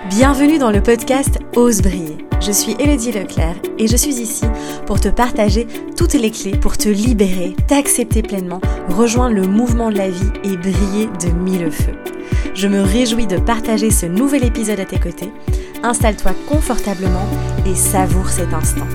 Bienvenue dans le podcast Ose briller. Je suis Élodie Leclerc et je suis ici pour te partager toutes les clés pour te libérer, t'accepter pleinement, rejoindre le mouvement de la vie et briller de mille feux. Je me réjouis de partager ce nouvel épisode à tes côtés. Installe-toi confortablement et savoure cet instant.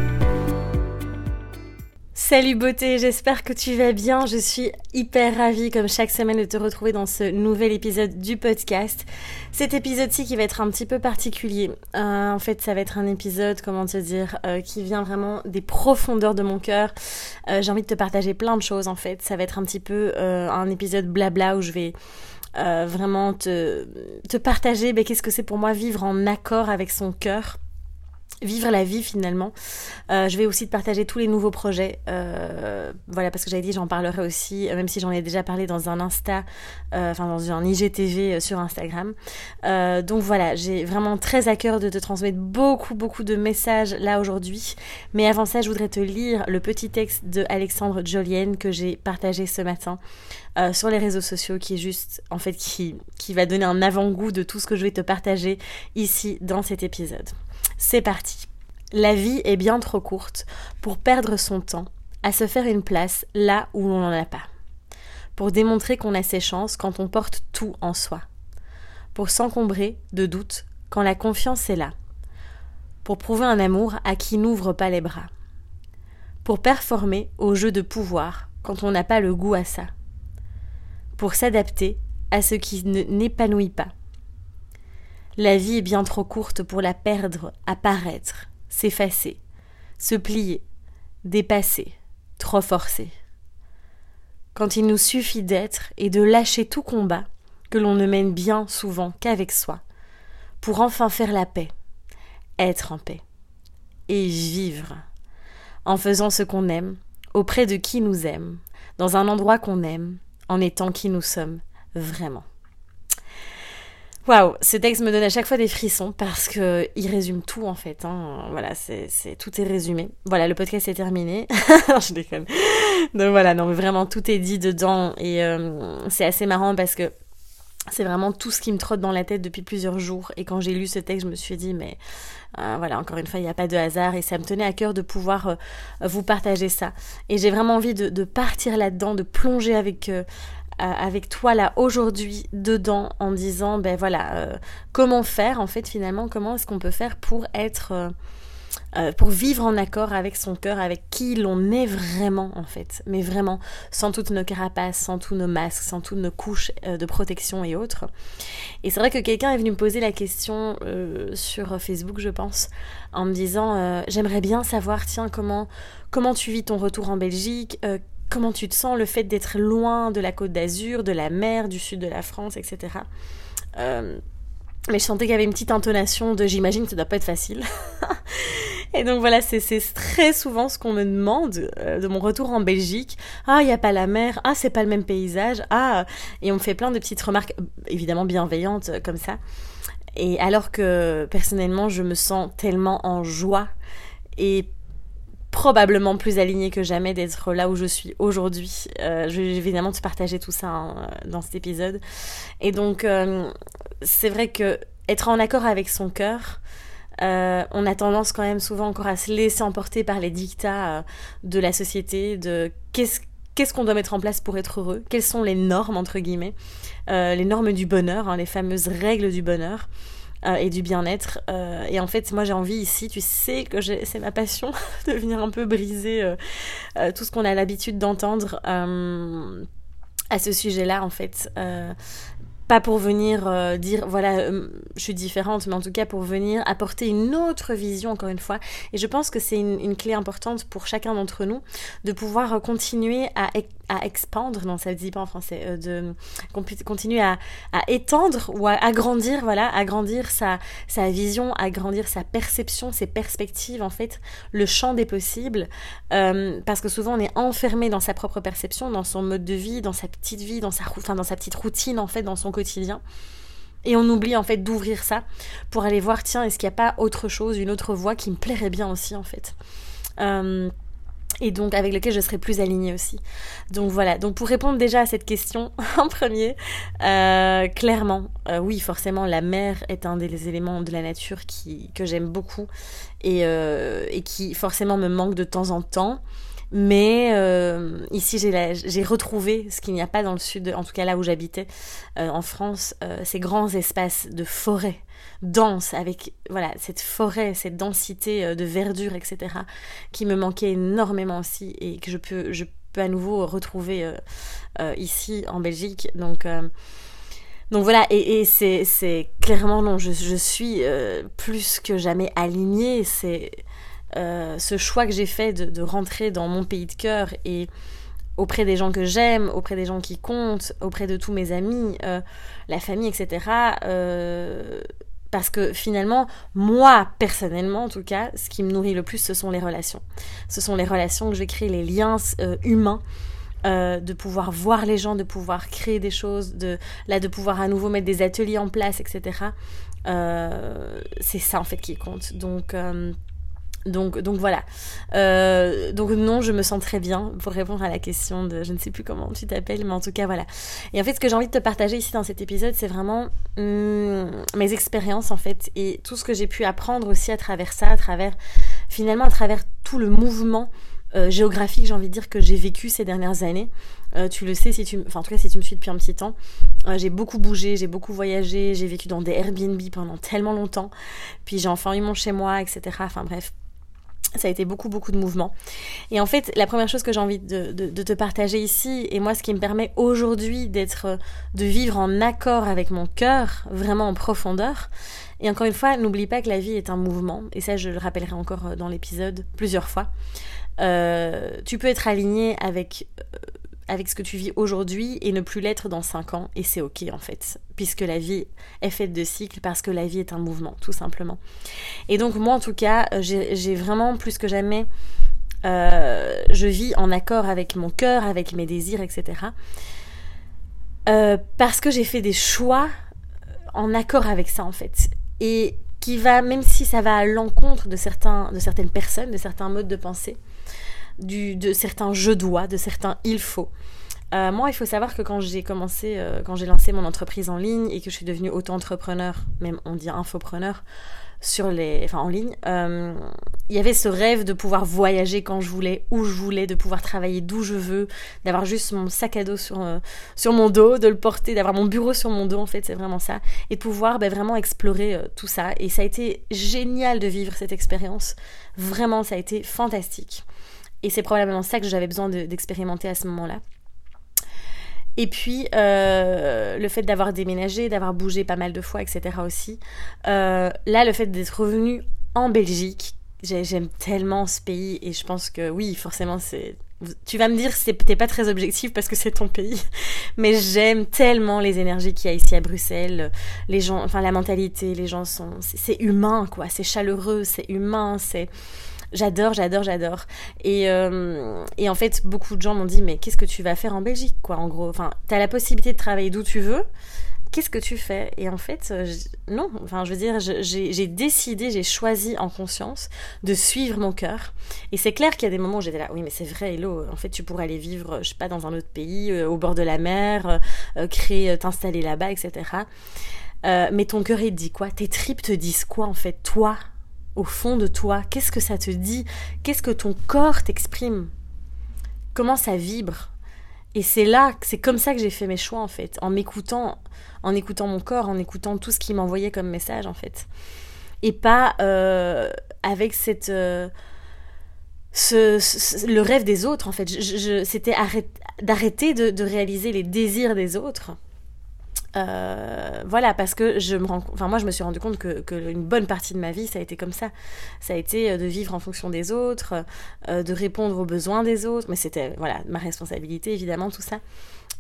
Salut beauté, j'espère que tu vas bien. Je suis hyper ravie comme chaque semaine de te retrouver dans ce nouvel épisode du podcast. Cet épisode-ci qui va être un petit peu particulier. En fait, ça va être un épisode, qui vient vraiment des profondeurs de mon cœur. J'ai envie de te partager plein de choses en fait. Ça va être un petit peu un épisode blabla où je vais vraiment te partager qu'est-ce que c'est pour moi vivre en accord avec son cœur. Vivre la vie finalement. Je vais aussi te partager tous les nouveaux projets. Parce que j'avais dit j'en parlerai aussi, même si j'en ai déjà parlé dans un Insta, dans un IGTV sur Instagram. Donc voilà, j'ai vraiment très à cœur de te transmettre beaucoup de messages là aujourd'hui. Mais avant ça, je voudrais te lire le petit texte de Alexandre Jolienne que j'ai partagé ce matin sur les réseaux sociaux, qui est juste, en fait, qui va donner un avant-goût de tout ce que je vais te partager ici dans cet épisode. C'est parti. La vie est bien trop courte pour perdre son temps à se faire une place là où l'on n'en a pas. Pour démontrer qu'on a ses chances quand on porte tout en soi. Pour s'encombrer de doutes quand la confiance est là. Pour prouver un amour à qui n'ouvre pas les bras. Pour performer au jeu de pouvoir quand on n'a pas le goût à ça. Pour s'adapter à ce qui n'épanouit pas. La vie est bien trop courte pour la perdre à paraître, s'effacer, se plier, dépasser, trop forcer. Quand il nous suffit d'être et de lâcher tout combat que l'on ne mène bien souvent qu'avec soi, pour enfin faire la paix, être en paix et vivre, en faisant ce qu'on aime, auprès de qui nous aime, dans un endroit qu'on aime, en étant qui nous sommes vraiment. Waouh, ce texte me donne à chaque fois des frissons parce que il résume tout en fait. Voilà, tout est résumé. Voilà, le podcast est terminé. Je déconne. Donc voilà, non mais vraiment tout est dit dedans et c'est assez marrant parce que c'est vraiment tout ce qui me trotte dans la tête depuis plusieurs jours. Et quand j'ai lu ce texte, je me suis dit encore une fois, il n'y a pas de hasard et ça me tenait à cœur de pouvoir vous partager ça. Et j'ai vraiment envie de partir là-dedans, de plonger avec toi là aujourd'hui dedans en disant comment faire en fait finalement, comment est-ce qu'on peut faire pour être pour vivre en accord avec son cœur, avec qui l'on est vraiment en fait, mais vraiment sans toutes nos carapaces, sans tous nos masques, sans toutes nos couches de protection et autres. Et c'est vrai que quelqu'un est venu me poser la question sur Facebook je pense, en me disant j'aimerais bien savoir comment tu vis ton retour en Belgique, comment tu te sens, le fait d'être loin de la Côte d'Azur, de la mer, du sud de la France, etc. Mais je sentais qu'il y avait une petite intonation de « j'imagine que ça doit pas être facile ». Et donc voilà, c'est très souvent ce qu'on me demande de mon retour en Belgique. « Ah, il n'y a pas la mer. Ah, c'est pas le même paysage. Ah ». Et on me fait plein de petites remarques, évidemment bienveillantes comme ça. Et alors que personnellement, je me sens tellement en joie et probablement plus alignée que jamais d'être là où je suis aujourd'hui. Je vais évidemment te partager tout ça dans cet épisode. Et donc, c'est vrai que être en accord avec son cœur, on a tendance quand même souvent encore à se laisser emporter par les dictats de la société, de qu'est-ce qu'on doit mettre en place pour être heureux, quelles sont les normes, entre guillemets, les normes du bonheur, les fameuses règles du bonheur. Et du bien-être et en fait moi j'ai envie ici, tu sais que c'est ma passion de venir un peu briser tout ce qu'on a l'habitude d'entendre à ce sujet-là en fait, pas pour venir dire je suis différente, mais en tout cas pour venir apporter une autre vision encore une fois. Et je pense que c'est une clé importante pour chacun d'entre nous de pouvoir continuer à expandre, non ça ne dit pas en français, de continuer à étendre ou à agrandir, agrandir sa vision, agrandir sa perception, ses perspectives en fait, le champ des possibles, parce que souvent on est enfermé dans sa propre perception, dans son mode de vie, dans sa petite vie, dans sa petite routine en fait, dans son quotidien. Et on oublie en fait d'ouvrir ça pour aller voir, tiens, est-ce qu'il n'y a pas autre chose, une autre voie qui me plairait bien aussi en fait. et donc avec lequel je serai plus alignée aussi. Donc voilà, donc pour répondre déjà à cette question en premier, clairement, oui, forcément, la mer est un des éléments de la nature que j'aime beaucoup et qui forcément me manque de temps en temps. Mais ici, j'ai retrouvé ce qu'il n'y a pas dans le sud, en tout cas là où j'habitais, en France, ces grands espaces de forêt dense, avec voilà cette forêt, cette densité de verdure, etc., qui me manquait énormément aussi et que je peux à nouveau retrouver ici en Belgique. Donc voilà, et c'est clairement non, je suis plus que jamais alignée. C'est ce choix que j'ai fait de rentrer dans mon pays de cœur et auprès des gens que j'aime, auprès des gens qui comptent, auprès de tous mes amis, la famille, etc. Parce que finalement, moi, personnellement en tout cas, ce qui me nourrit le plus, ce sont les relations. Ce sont les relations que je crée, les liens humains, de pouvoir voir les gens, de pouvoir créer des choses, de pouvoir à nouveau mettre des ateliers en place, etc. C'est ça en fait qui compte. Donc voilà. Donc non, je me sens très bien pour répondre à la question de je ne sais plus comment tu t'appelles, mais en tout cas voilà. Et en fait, ce que j'ai envie de te partager ici dans cet épisode, c'est vraiment mes expériences en fait et tout ce que j'ai pu apprendre aussi à travers ça, à travers tout le mouvement géographique, j'ai envie de dire, que j'ai vécu ces dernières années. Tu le sais, en tout cas si tu me suis depuis un petit temps, j'ai beaucoup bougé, j'ai beaucoup voyagé, j'ai vécu dans des Airbnb pendant tellement longtemps, puis j'ai enfin eu mon chez moi, etc. Enfin bref, ça a été beaucoup de mouvements. Et en fait, la première chose que j'ai envie de te partager ici, et moi ce qui me permet aujourd'hui de vivre en accord avec mon cœur, vraiment en profondeur. Et encore une fois, n'oublie pas que la vie est un mouvement, et ça je le rappellerai encore dans l'épisode plusieurs fois. Tu peux être aligné avec ce que tu vis aujourd'hui et ne plus l'être dans 5 ans, et c'est ok en fait, puisque la vie est faite de cycles, parce que la vie est un mouvement, tout simplement. Et donc moi en tout cas, j'ai vraiment plus que jamais, je vis en accord avec mon cœur, avec mes désirs, etc. Parce que j'ai fait des choix en accord avec ça en fait, et qui va, même si ça va à l'encontre de certaines personnes, de certains modes de pensée, de certains je dois, de certains il faut. Moi, il faut savoir que quand j'ai lancé mon entreprise en ligne et que je suis devenue auto-entrepreneur, même on dit infopreneur, en ligne, il y avait ce rêve de pouvoir voyager quand je voulais, où je voulais, de pouvoir travailler d'où je veux, d'avoir juste mon sac à dos sur mon dos, de le porter, d'avoir mon bureau sur mon dos, en fait, c'est vraiment ça, et de pouvoir vraiment explorer tout ça. Et ça a été génial de vivre cette expérience, vraiment, ça a été fantastique. Et c'est probablement ça que j'avais besoin d'expérimenter à ce moment-là. Et puis, le fait d'avoir déménagé, d'avoir bougé pas mal de fois, etc. aussi. Là, le fait d'être revenue en Belgique, j'aime tellement ce pays. Et je pense que oui, forcément, tu vas me dire que t'es pas très objectif parce que c'est ton pays. Mais j'aime tellement les énergies qu'il y a ici à Bruxelles. Les gens, enfin la mentalité, les gens c'est humain, quoi. C'est chaleureux, c'est humain, J'adore. Et en fait, beaucoup de gens m'ont dit, mais qu'est-ce que tu vas faire en Belgique, quoi, en gros. Enfin, t'as la possibilité de travailler d'où tu veux. Qu'est-ce que tu fais ? Et en fait, non. Enfin, je veux dire, j'ai choisi en conscience de suivre mon cœur. Et c'est clair qu'il y a des moments où j'étais là, oui, mais c'est vrai, Hello, en fait, tu pourrais aller vivre, je sais pas, dans un autre pays, au bord de la mer, t'installer là-bas, etc. Mais ton cœur, il te dit quoi ? Tes tripes te disent quoi, en fait, toi ? Au fond de toi, qu'est-ce que ça te dit ? Qu'est-ce que ton corps t'exprime ? Comment ça vibre ? Et c'est comme ça que j'ai fait mes choix en fait, en écoutant mon corps, en écoutant tout ce qu'il m'envoyait comme message en fait. Et pas avec le rêve des autres en fait. C'était d'arrêter de réaliser les désirs des autres. Voilà, parce que moi je me suis rendu compte que une bonne partie de ma vie ça a été comme ça a été de vivre en fonction des autres, de répondre aux besoins des autres, mais c'était voilà ma responsabilité évidemment tout ça,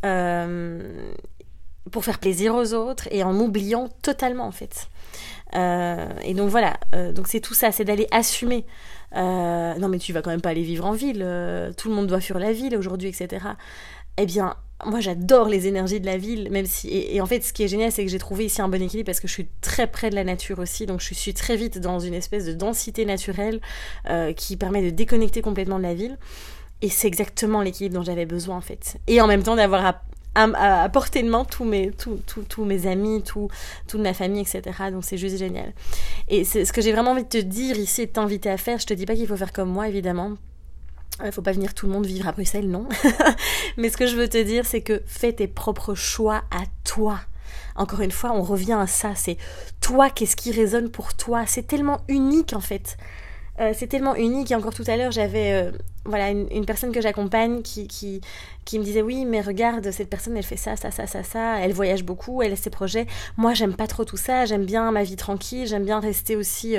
pour faire plaisir aux autres et en m'oubliant totalement en fait, et donc voilà, donc c'est tout ça, c'est d'aller assumer, non mais tu vas quand même pas aller vivre en ville, tout le monde doit fuir la ville aujourd'hui, etc. Eh bien moi j'adore les énergies de la ville, même si et en fait ce qui est génial c'est que j'ai trouvé ici un bon équilibre parce que je suis très près de la nature aussi, donc je suis très vite dans une espèce de densité naturelle qui permet de déconnecter complètement de la ville, et c'est exactement l'équilibre dont j'avais besoin en fait, et en même temps d'avoir à portée de main tous mes amis, toute ma famille, etc. Donc c'est juste génial. Et c'est ce que j'ai vraiment envie de te dire ici et de t'inviter à faire. Je te dis pas qu'il faut faire comme moi, évidemment. Il faut pas venir tout le monde vivre à Bruxelles, non. Mais ce que je veux te dire, c'est que fais tes propres choix à toi. Encore une fois, on revient à ça. C'est toi, qu'est-ce qui résonne pour toi. C'est tellement unique, en fait. C'est tellement unique. Et encore tout à l'heure, j'avais une personne que j'accompagne qui me disait oui, mais regarde, cette personne, elle fait ça, elle voyage beaucoup, elle a ses projets. Moi, j'aime pas trop tout ça. J'aime bien ma vie tranquille. J'aime bien rester aussi,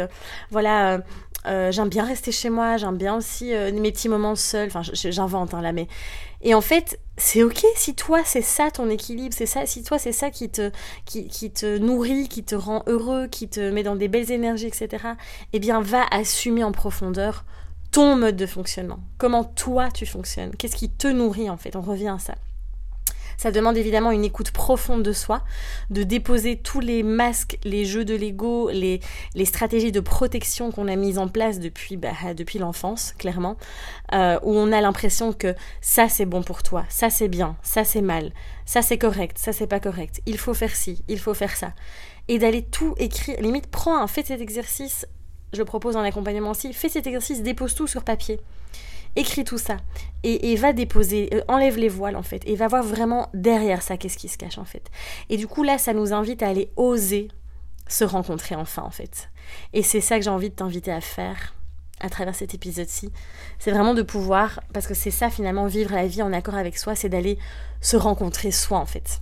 j'aime bien rester chez moi. J'aime bien aussi mes petits moments seuls. Enfin, j'invente là, mais et en fait, c'est ok si toi c'est ça ton équilibre, c'est ça, si toi c'est ça qui te nourrit, qui te rend heureux, qui te met dans des belles énergies, etc. Eh bien, va assumer en profondeur ton mode de fonctionnement. Comment toi tu fonctionnes. Qu'est-ce qui te nourrit en fait. On revient à ça. Ça demande évidemment une écoute profonde de soi, de déposer tous les masques, les jeux de l'ego, les stratégies de protection qu'on a mises en place depuis l'enfance, clairement, où on a l'impression que ça c'est bon pour toi, ça c'est bien, ça c'est mal, ça c'est correct, ça c'est pas correct, il faut faire ci, il faut faire ça. Et d'aller tout écrire, limite fais cet exercice, je le propose en accompagnement aussi, fais cet exercice, dépose tout sur papier. Écris tout ça et va déposer, enlève les voiles en fait, et va voir vraiment derrière ça qu'est-ce qui se cache en fait. Et du coup là ça nous invite à aller oser se rencontrer enfin en fait. Et c'est ça que j'ai envie de t'inviter à faire à travers cet épisode-ci. C'est vraiment de pouvoir, parce que c'est ça finalement, vivre la vie en accord avec soi, c'est d'aller se rencontrer soi en fait.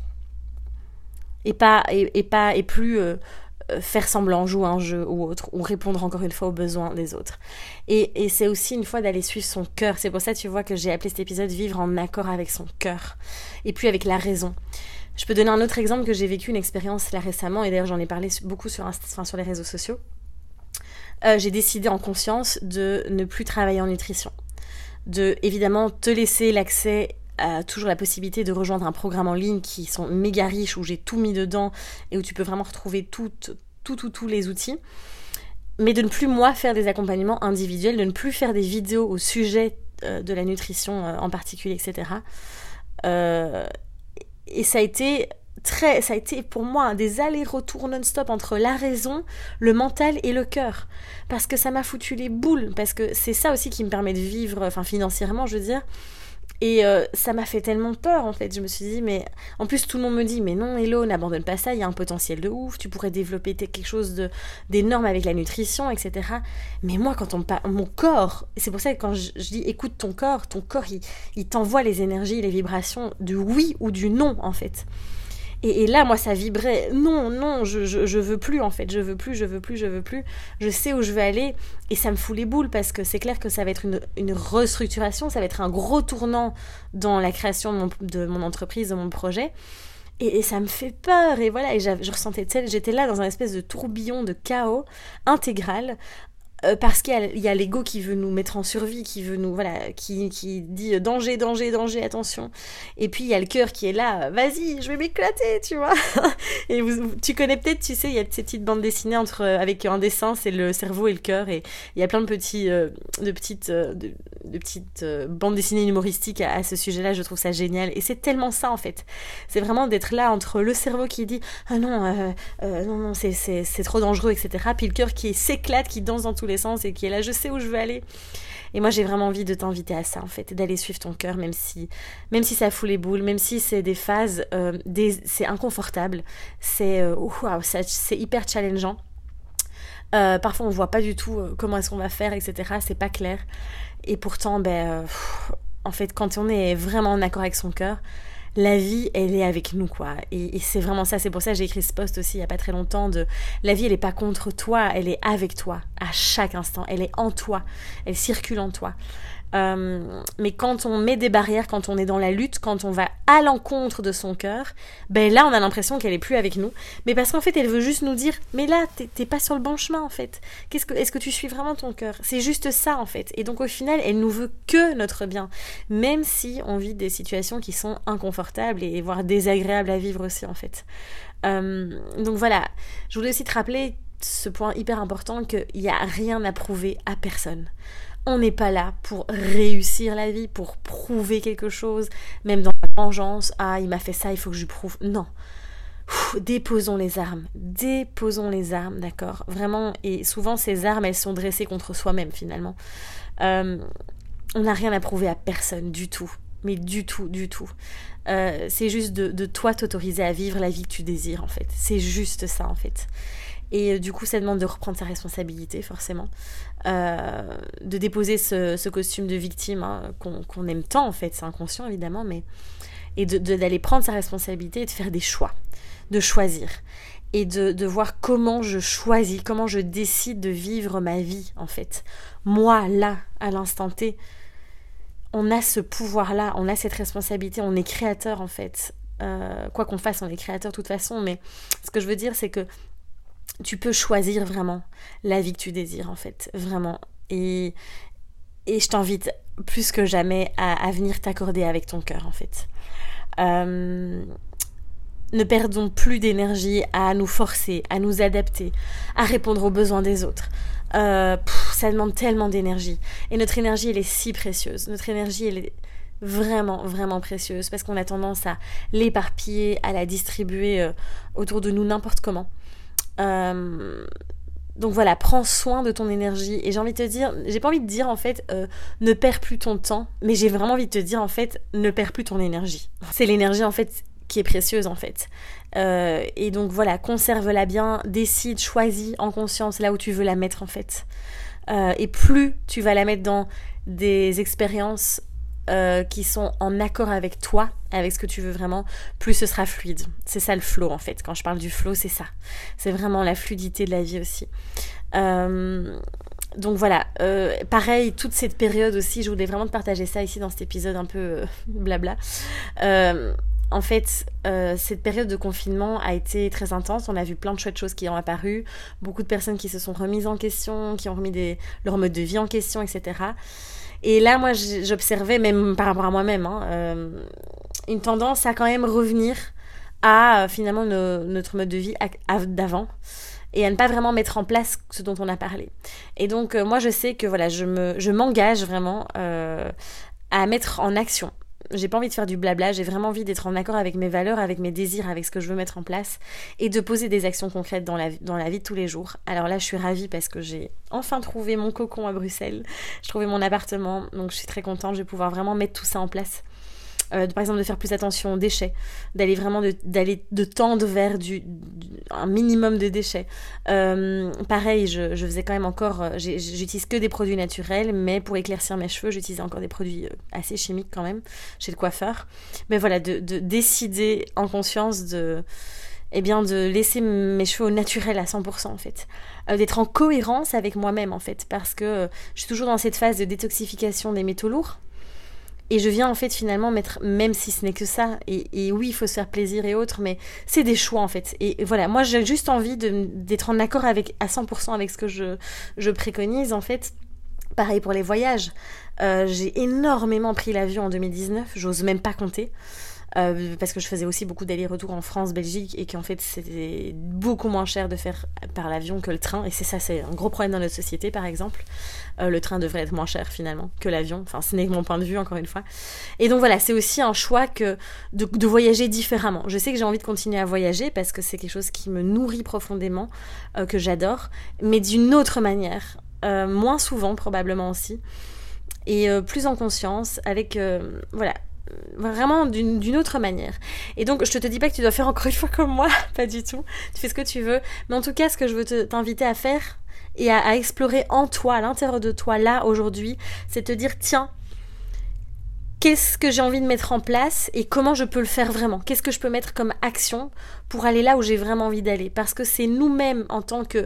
Et plus faire semblant, jouer un jeu ou autre, ou répondre encore une fois aux besoins des autres. Et c'est aussi une fois d'aller suivre son cœur. C'est pour ça, tu vois, que j'ai appelé cet épisode « Vivre en accord avec son cœur » et puis avec la raison. Je peux donner un autre exemple que j'ai vécu une expérience là récemment, et d'ailleurs j'en ai parlé beaucoup sur les réseaux sociaux. J'ai décidé en conscience de ne plus travailler en nutrition. De, évidemment, te laisser l'accès toujours la possibilité de rejoindre un programme en ligne qui sont méga riches, où j'ai tout mis dedans et où tu peux vraiment retrouver tous les outils, mais de ne plus moi faire des accompagnements individuels, de ne plus faire des vidéos au sujet de la nutrition en particulier, etc. Et ça a été pour moi des allers-retours non-stop entre la raison, le mental et le cœur, parce que ça m'a foutu les boules, parce que c'est ça aussi qui me permet de vivre, enfin financièrement je veux dire. Et ça m'a fait tellement peur en fait. Je me suis dit, mais en plus tout le monde me dit, mais non Hello, n'abandonne pas ça, il y a un potentiel de ouf, tu pourrais développer quelque chose d'énorme avec la nutrition, etc. Mais moi quand mon corps, c'est pour ça que quand je dis écoute ton corps il t'envoie les énergies, les vibrations du oui ou du non en fait. Et là, moi, ça vibrait. Non, je veux plus, en fait. Je veux plus. Je sais où je veux aller. Et ça me fout les boules parce que c'est clair que ça va être une restructuration. Ça va être un gros tournant dans la création de mon entreprise, de mon projet. Et ça me fait peur. Et voilà, je ressentais j'étais là dans un espèce de tourbillon de chaos intégral. Parce qu'il y a l'ego qui veut nous mettre en survie, qui veut nous qui dit danger, attention. Et puis il y a le cœur qui est là, vas-y, je vais m'éclater, tu vois. Et tu connais peut-être, tu sais, il y a ces petites bandes dessinées avec un dessin, c'est le cerveau et le cœur, et il y a plein de petites bandes dessinées humoristiques à ce sujet-là. Je trouve ça génial, et c'est tellement ça en fait. C'est vraiment d'être là entre le cerveau qui dit ah non, non, c'est trop dangereux, etc. Puis le cœur qui s'éclate, qui danse dans tous les sens et qui est là, je sais où je veux aller. Et moi j'ai vraiment envie de t'inviter à ça en fait, d'aller suivre ton cœur, même si ça fout les boules, même si c'est des phases, c'est inconfortable, c'est hyper challengeant. Parfois on voit pas du tout comment est-ce qu'on va faire, etc. C'est pas clair. Et pourtant, en fait, quand on est vraiment en accord avec son cœur, la vie, elle est avec nous, quoi. Et c'est vraiment ça. C'est pour ça que j'ai écrit ce post aussi il y a pas très longtemps la vie, elle est pas contre toi, elle est avec toi. à chaque instant, elle est en toi, elle circule en toi. Mais quand on met des barrières, quand on est dans la lutte, quand on va à l'encontre de son cœur, ben là on a l'impression qu'elle est plus avec nous, mais parce qu'en fait elle veut juste nous dire mais là t'es pas sur le bon chemin en fait, est-ce que tu suis vraiment ton cœur, c'est juste ça en fait. Et donc au final elle nous veut que notre bien, même si on vit des situations qui sont inconfortables et voire désagréables à vivre aussi en fait. Donc voilà, je voulais aussi te rappeler ce point hyper important, qu'il n'y a rien à prouver à personne. On n'est pas là pour réussir la vie, pour prouver quelque chose, même dans la vengeance. Ah, il m'a fait ça, il faut que je lui prouve. Non. Déposons les armes, d'accord. Vraiment, et souvent ces armes, elles sont dressées contre soi-même finalement. On n'a rien à prouver à personne du tout. Mais du tout. C'est juste de toi t'autoriser à vivre la vie que tu désires en fait. C'est juste ça en fait. Et du coup ça demande de reprendre sa responsabilité forcément, de déposer ce costume de victime qu'on aime tant en fait, c'est inconscient évidemment, mais et d'aller prendre sa responsabilité et de faire des choix, de choisir et de voir comment je choisis, comment je décide de vivre ma vie en fait. Moi là, à l'instant T, on a ce pouvoir-là, on a cette responsabilité, on est créateur en fait. Quoi qu'on fasse, on est créateur de toute façon, mais ce que je veux dire c'est que tu peux choisir vraiment la vie que tu désires en fait, vraiment. Et je t'invite plus que jamais à venir t'accorder avec ton cœur en fait. Ne perdons plus d'énergie à nous forcer, à nous adapter, à répondre aux besoins des autres. Ça demande tellement d'énergie. Et notre énergie, elle est si précieuse. Notre énergie, elle est vraiment, vraiment précieuse parce qu'on a tendance à l'éparpiller, à la distribuer autour de nous n'importe comment. Donc voilà, prends soin de ton énergie. Et j'ai envie de te dire, j'ai pas envie de dire en fait ne perds plus ton temps, mais j'ai vraiment envie de te dire en fait ne perds plus ton énergie. C'est l'énergie en fait qui est précieuse en fait. Et donc voilà, conserve-la bien, décide, choisis en conscience là où tu veux la mettre en fait. Et plus tu vas la mettre dans des expériences qui sont en accord avec toi, avec ce que tu veux vraiment, plus ce sera fluide. C'est ça le flow en fait. Quand je parle du flow, c'est ça. C'est vraiment la fluidité de la vie aussi. Donc voilà, pareil, toute cette période aussi, je voulais vraiment te partager ça ici dans cet épisode un peu blabla. En fait, cette période de confinement a été très intense. On a vu plein de chouettes choses qui ont apparu, beaucoup de personnes qui se sont remises en question, qui ont remis leur mode de vie en question, etc. Et là, moi, j'observais, même par rapport à moi-même, une tendance à quand même revenir à finalement notre mode de vie d'avant et à ne pas vraiment mettre en place ce dont on a parlé. Et donc, moi, je sais que voilà, je m'engage vraiment à mettre en action. J'ai pas envie de faire du blabla, j'ai vraiment envie d'être en accord avec mes valeurs, avec mes désirs, avec ce que je veux mettre en place et de poser des actions concrètes dans la vie de tous les jours. Alors là, je suis ravie parce que j'ai enfin trouvé mon cocon à Bruxelles. J'ai trouvé mon appartement, donc je suis très contente, je vais pouvoir vraiment mettre tout ça en place. Par exemple de faire plus attention aux déchets, de tendre vers un minimum de déchets. Pareil, je faisais quand même encore, j'utilise que des produits naturels, mais pour éclaircir mes cheveux, j'utilisais encore des produits assez chimiques quand même, chez le coiffeur. Mais voilà, de décider en conscience de laisser mes cheveux au naturel à 100% en fait. D'être en cohérence avec moi-même en fait, parce que je suis toujours dans cette phase de détoxification des métaux lourds. Et je viens en fait finalement mettre, même si ce n'est que ça, et oui il faut se faire plaisir et autres, mais c'est des choix en fait. Et voilà, moi j'ai juste envie d'être en accord à 100% avec ce que je préconise en fait. Pareil pour les voyages, j'ai énormément pris l'avion en 2019, j'ose même pas compter. Parce que je faisais aussi beaucoup d'allers-retours en France, Belgique, et qu'en fait c'était beaucoup moins cher de faire par l'avion que le train, et c'est un gros problème dans notre société par exemple. Le train devrait être moins cher finalement que l'avion, enfin ce n'est que mon point de vue encore une fois. Et donc voilà, c'est aussi un choix de voyager différemment. Je sais que j'ai envie de continuer à voyager parce que c'est quelque chose qui me nourrit profondément, que j'adore, mais d'une autre manière, moins souvent probablement aussi, et plus en conscience, avec voilà, vraiment d'une autre manière. Et donc je te dis pas que tu dois faire encore une fois comme moi, pas du tout, tu fais ce que tu veux, mais en tout cas ce que je veux t'inviter à faire et à explorer en toi, à l'intérieur de toi là aujourd'hui, c'est te dire tiens, qu'est-ce que j'ai envie de mettre en place et comment je peux le faire vraiment, qu'est-ce que je peux mettre comme action pour aller là où j'ai vraiment envie d'aller, parce que c'est nous-mêmes en tant que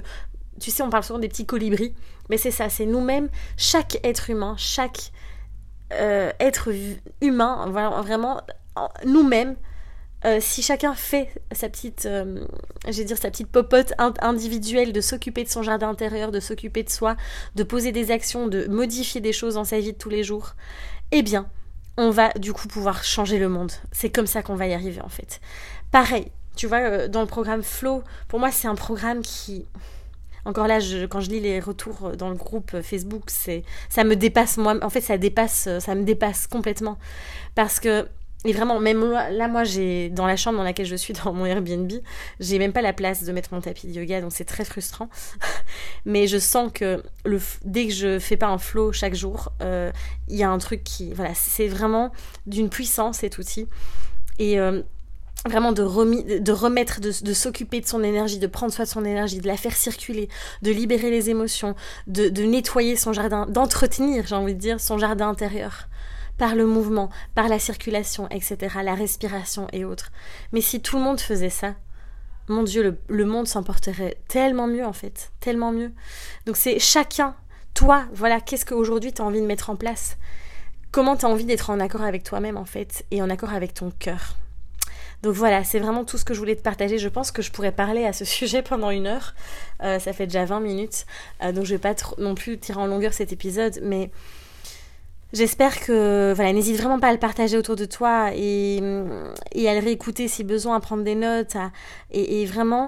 tu sais, on parle souvent des petits colibris, mais c'est ça, c'est nous-mêmes, chaque être humain, chaque être humain, vraiment, nous-mêmes, si chacun fait sa petite, sa petite popote individuelle de s'occuper de son jardin intérieur, de s'occuper de soi, de poser des actions, de modifier des choses dans sa vie de tous les jours, eh bien, on va du coup pouvoir changer le monde. C'est comme ça qu'on va y arriver en fait. Pareil, tu vois, dans le programme Flow, pour moi c'est un programme qui... Encore là, quand je lis les retours dans le groupe Facebook, ça me dépasse moi. En fait, ça me dépasse complètement. Parce que, et vraiment, même là, moi, j'ai, dans la chambre dans laquelle je suis, dans mon Airbnb, j'ai même pas la place de mettre mon tapis de yoga, donc c'est très frustrant. Mais je sens que dès que je fais pas un flow chaque jour, il y a un truc qui, voilà, c'est vraiment d'une puissance cet outil. Et vraiment de remettre, de s'occuper de son énergie, de prendre soin de son énergie, de la faire circuler, de libérer les émotions, de nettoyer son jardin, d'entretenir, j'ai envie de dire, son jardin intérieur, par le mouvement, par la circulation, etc., la respiration et autres. Mais si tout le monde faisait ça, mon Dieu, le monde s'en porterait tellement mieux en fait, tellement mieux. Donc c'est chacun, toi, voilà, qu'est-ce qu'aujourd'hui tu as envie de mettre en place ? Comment tu as envie d'être en accord avec toi-même en fait, et en accord avec ton cœur ? Donc voilà, c'est vraiment tout ce que je voulais te partager. Je pense que je pourrais parler à ce sujet pendant 1 heure. Ça fait déjà 20 minutes. Donc je vais pas non plus tirer en longueur cet épisode. Mais j'espère que... Voilà, n'hésite vraiment pas à le partager autour de toi et à le réécouter si besoin, à prendre des notes. Et vraiment,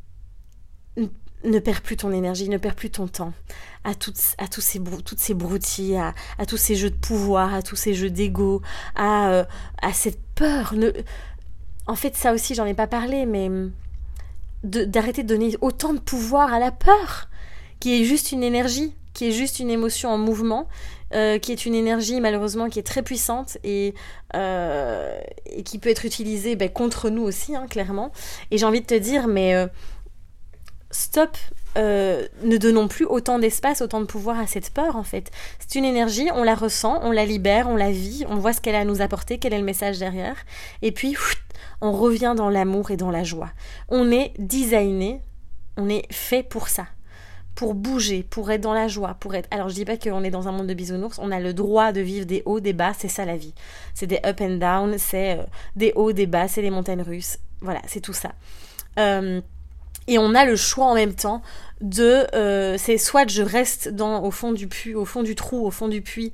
ne perds plus ton énergie, ne perds plus ton temps à toutes ces broutilles, à tous ces jeux de pouvoir, à tous ces jeux d'ego, à cette peur... En fait, ça aussi, j'en ai pas parlé, mais d'arrêter de donner autant de pouvoir à la peur, qui est juste une énergie, qui est juste une émotion en mouvement, qui est une énergie, malheureusement, qui est très puissante et qui peut être utilisée contre nous aussi, hein, clairement. Et j'ai envie de te dire, mais stop, ne donnons plus autant d'espace, autant de pouvoir à cette peur, en fait. C'est une énergie, on la ressent, on la libère, on la vit, on voit ce qu'elle a à nous apporter, quel est le message derrière, et puis... on revient dans l'amour et dans la joie. On est designé, on est fait pour ça, pour bouger, pour être dans la joie, pour être... Alors je dis pas qu'on est dans un monde de bisounours, on a le droit de vivre des hauts, des bas, c'est ça la vie. C'est des up and down, c'est des hauts, des bas, c'est les montagnes russes, voilà, c'est tout ça. Et on a le choix en même temps de... c'est soit je reste au fond du puits, au fond du trou, au fond du puits...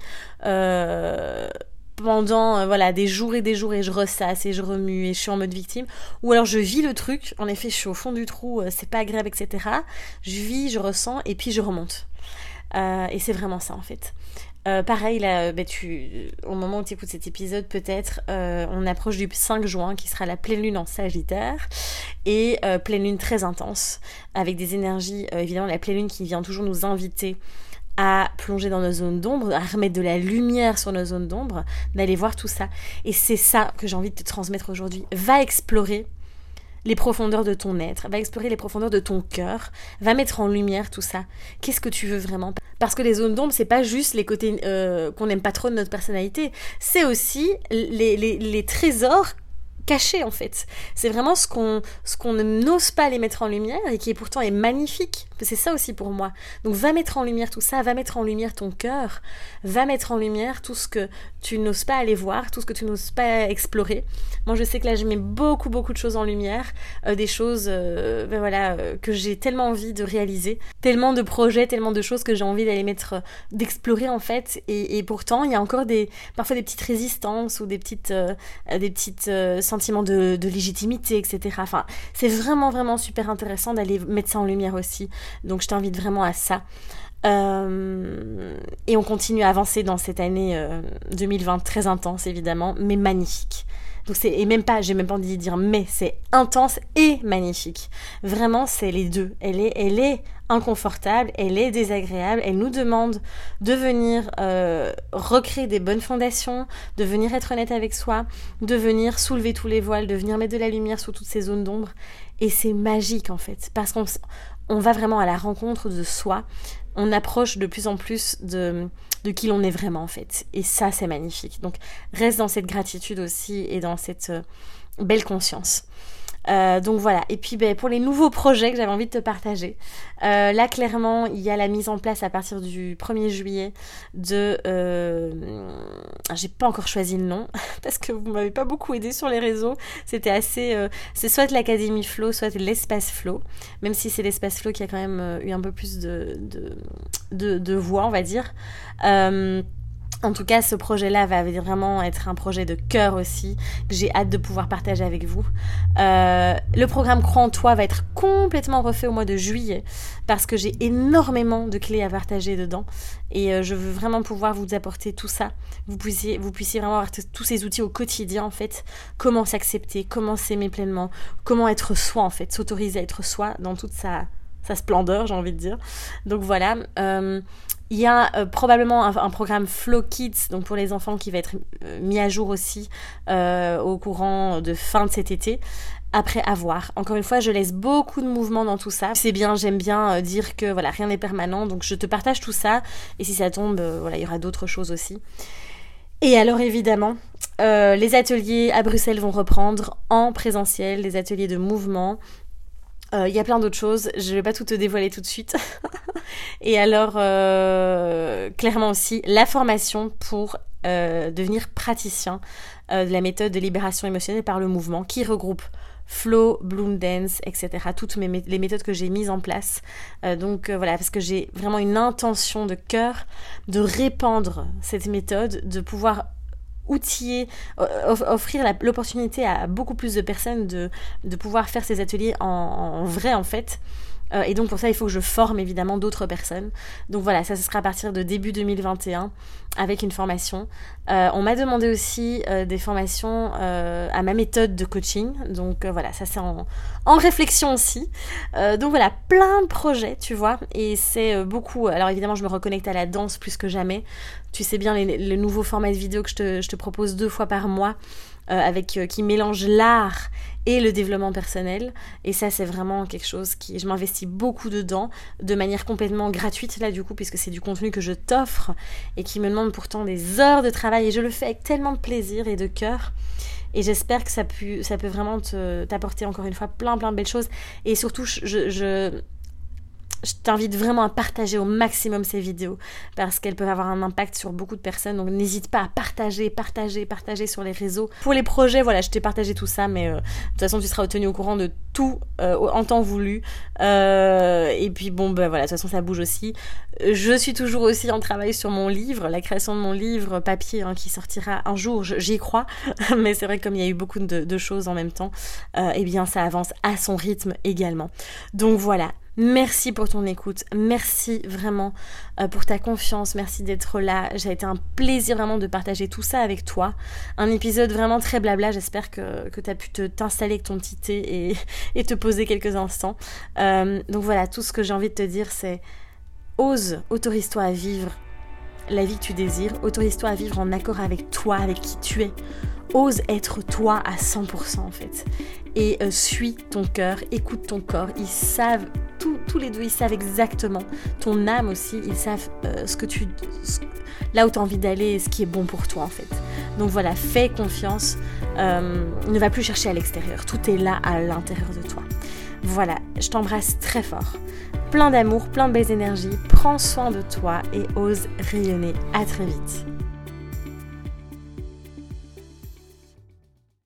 pendant des jours et je ressasse et je remue et je suis en mode victime, ou alors je vis le truc, en effet je suis au fond du trou, c'est pas agréable, etc. Je vis, je ressens et puis je remonte. Et c'est vraiment ça en fait. Pareil là, au moment où tu écoutes cet épisode, peut-être on approche du 5 juin qui sera la pleine lune en Sagittaire et pleine lune très intense avec des énergies, évidemment la pleine lune qui vient toujours nous inviter à plonger dans nos zones d'ombre, à remettre de la lumière sur nos zones d'ombre, d'aller voir tout ça. Et c'est ça que j'ai envie de te transmettre aujourd'hui. Va explorer les profondeurs de ton être, va explorer les profondeurs de ton cœur, va mettre en lumière tout ça. Qu'est-ce que tu veux vraiment ? Parce que les zones d'ombre, c'est pas juste les côtés qu'on n'aime pas trop de notre personnalité, c'est aussi les trésors caché en fait. C'est vraiment ce qu'on n'ose pas les mettre en lumière et qui pourtant est magnifique. C'est ça aussi pour moi. Donc va mettre en lumière tout ça, va mettre en lumière ton cœur, va mettre en lumière tout ce que tu n'oses pas aller voir, tout ce que tu n'oses pas explorer. Moi je sais que là je mets beaucoup de choses en lumière, des choses que j'ai tellement envie de réaliser, tellement de projets, tellement de choses que j'ai envie d'aller d'explorer en fait, et pourtant il y a encore parfois des petites résistances ou des petites sentiments de légitimité, etc. Enfin, c'est vraiment super intéressant d'aller mettre ça en lumière aussi. Donc je t'invite vraiment à ça. Et on continue à avancer dans cette année 2020 très intense évidemment, mais magnifique. Donc j'ai même pas envie de dire mais, c'est intense et magnifique. Vraiment, c'est les deux. Elle est inconfortable, elle est désagréable, elle nous demande de venir recréer des bonnes fondations, de venir être honnête avec soi, de venir soulever tous les voiles, de venir mettre de la lumière sur toutes ces zones d'ombre. Et c'est magique en fait, parce qu'on va vraiment à la rencontre de soi. On approche de plus en plus de qui l'on est vraiment en fait. Et ça, c'est magnifique. Donc, reste dans cette gratitude aussi et dans cette belle conscience. Donc voilà, et puis pour les nouveaux projets que j'avais envie de te partager, là clairement il y a la mise en place à partir du 1er juillet de... j'ai pas encore choisi le nom, parce que vous m'avez pas beaucoup aidé sur les réseaux, c'était assez... c'est soit l'Académie Flow, soit l'espace Flow, même si c'est l'espace Flow qui a quand même eu un peu plus de voix, on va dire. En tout cas, ce projet-là va vraiment être un projet de cœur aussi, que j'ai hâte de pouvoir partager avec vous. Le programme Crois en toi va être complètement refait au mois de juillet, parce que j'ai énormément de clés à partager dedans, et je veux vraiment pouvoir vous apporter tout ça. Vous puissiez vraiment avoir tous ces outils au quotidien, en fait. Comment s'accepter, comment s'aimer pleinement, comment être soi, en fait, s'autoriser à être soi dans toute sa splendeur, j'ai envie de dire. Donc voilà. Il y a probablement un programme Flow Kids, donc pour les enfants, qui va être mis à jour aussi au courant de fin de cet été. Après, à voir. Encore une fois, je laisse beaucoup de mouvement dans tout ça. C'est bien, j'aime bien dire que voilà, rien n'est permanent, donc je te partage tout ça. Et si ça tombe, voilà, il y aura d'autres choses aussi. Et alors évidemment, les ateliers à Bruxelles vont reprendre en présentiel, les ateliers de mouvement. Il y a plein d'autres choses, je vais pas tout te dévoiler tout de suite. Et alors, clairement aussi, la formation pour devenir praticien de la méthode de libération émotionnelle par le mouvement, qui regroupe Flow, Bloom Dance, etc. Toutes les méthodes que j'ai mises en place. Donc voilà, parce que j'ai vraiment une intention de cœur de répandre cette méthode, de pouvoir outiller, offrir l'opportunité à beaucoup plus de personnes de pouvoir faire ces ateliers en vrai, en fait. Et donc pour ça il faut que je forme évidemment d'autres personnes. Donc voilà, ça ce sera à partir de début 2021 avec une formation. On m'a demandé aussi des formations à ma méthode de coaching. Donc voilà, ça c'est en réflexion aussi. Donc voilà, plein de projets, tu vois. Et c'est beaucoup. Alors évidemment je me reconnecte à la danse plus que jamais. Tu sais bien le nouveau format de vidéo que je te propose 2 fois par mois. Qui mélange l'art et le développement personnel, et ça c'est vraiment quelque chose je m'investis beaucoup dedans, de manière complètement gratuite là du coup, puisque c'est du contenu que je t'offre et qui me demande pourtant des heures de travail, et je le fais avec tellement de plaisir et de cœur, et j'espère que ça peut vraiment t'apporter encore une fois plein de belles choses. Et surtout je t'invite vraiment à partager au maximum ces vidéos, parce qu'elles peuvent avoir un impact sur beaucoup de personnes. Donc n'hésite pas à partager sur les réseaux. Pour les projets, voilà, je t'ai partagé tout ça, mais de toute façon tu seras tenu au courant de tout en temps voulu. Et puis bon, voilà, de toute façon ça bouge aussi. Je suis toujours aussi en travail sur mon livre, la création de mon livre papier, qui sortira un jour, j'y crois. Mais c'est vrai que comme il y a eu beaucoup de choses en même temps, eh bien ça avance à son rythme également. Donc voilà. Merci pour ton écoute, merci vraiment pour ta confiance, merci d'être là. Ça a été un plaisir vraiment de partager tout ça avec toi. Un épisode vraiment très blabla, j'espère que tu as pu t'installer avec ton petit thé et te poser quelques instants. Donc voilà, tout ce que j'ai envie de te dire, c'est autorise-toi à vivre la vie que tu désires, autorise-toi à vivre en accord avec toi, avec qui tu es. Ose être toi à 100% en fait. Et suis ton cœur, écoute ton corps. Ils savent, tous les deux, ils savent exactement. Ton âme aussi, ils savent là où tu as envie d'aller et ce qui est bon pour toi en fait. Donc voilà, fais confiance. Ne va plus chercher à l'extérieur. Tout est là à l'intérieur de toi. Voilà, je t'embrasse très fort. Plein d'amour, plein de belles énergies. Prends soin de toi et ose rayonner. À très vite.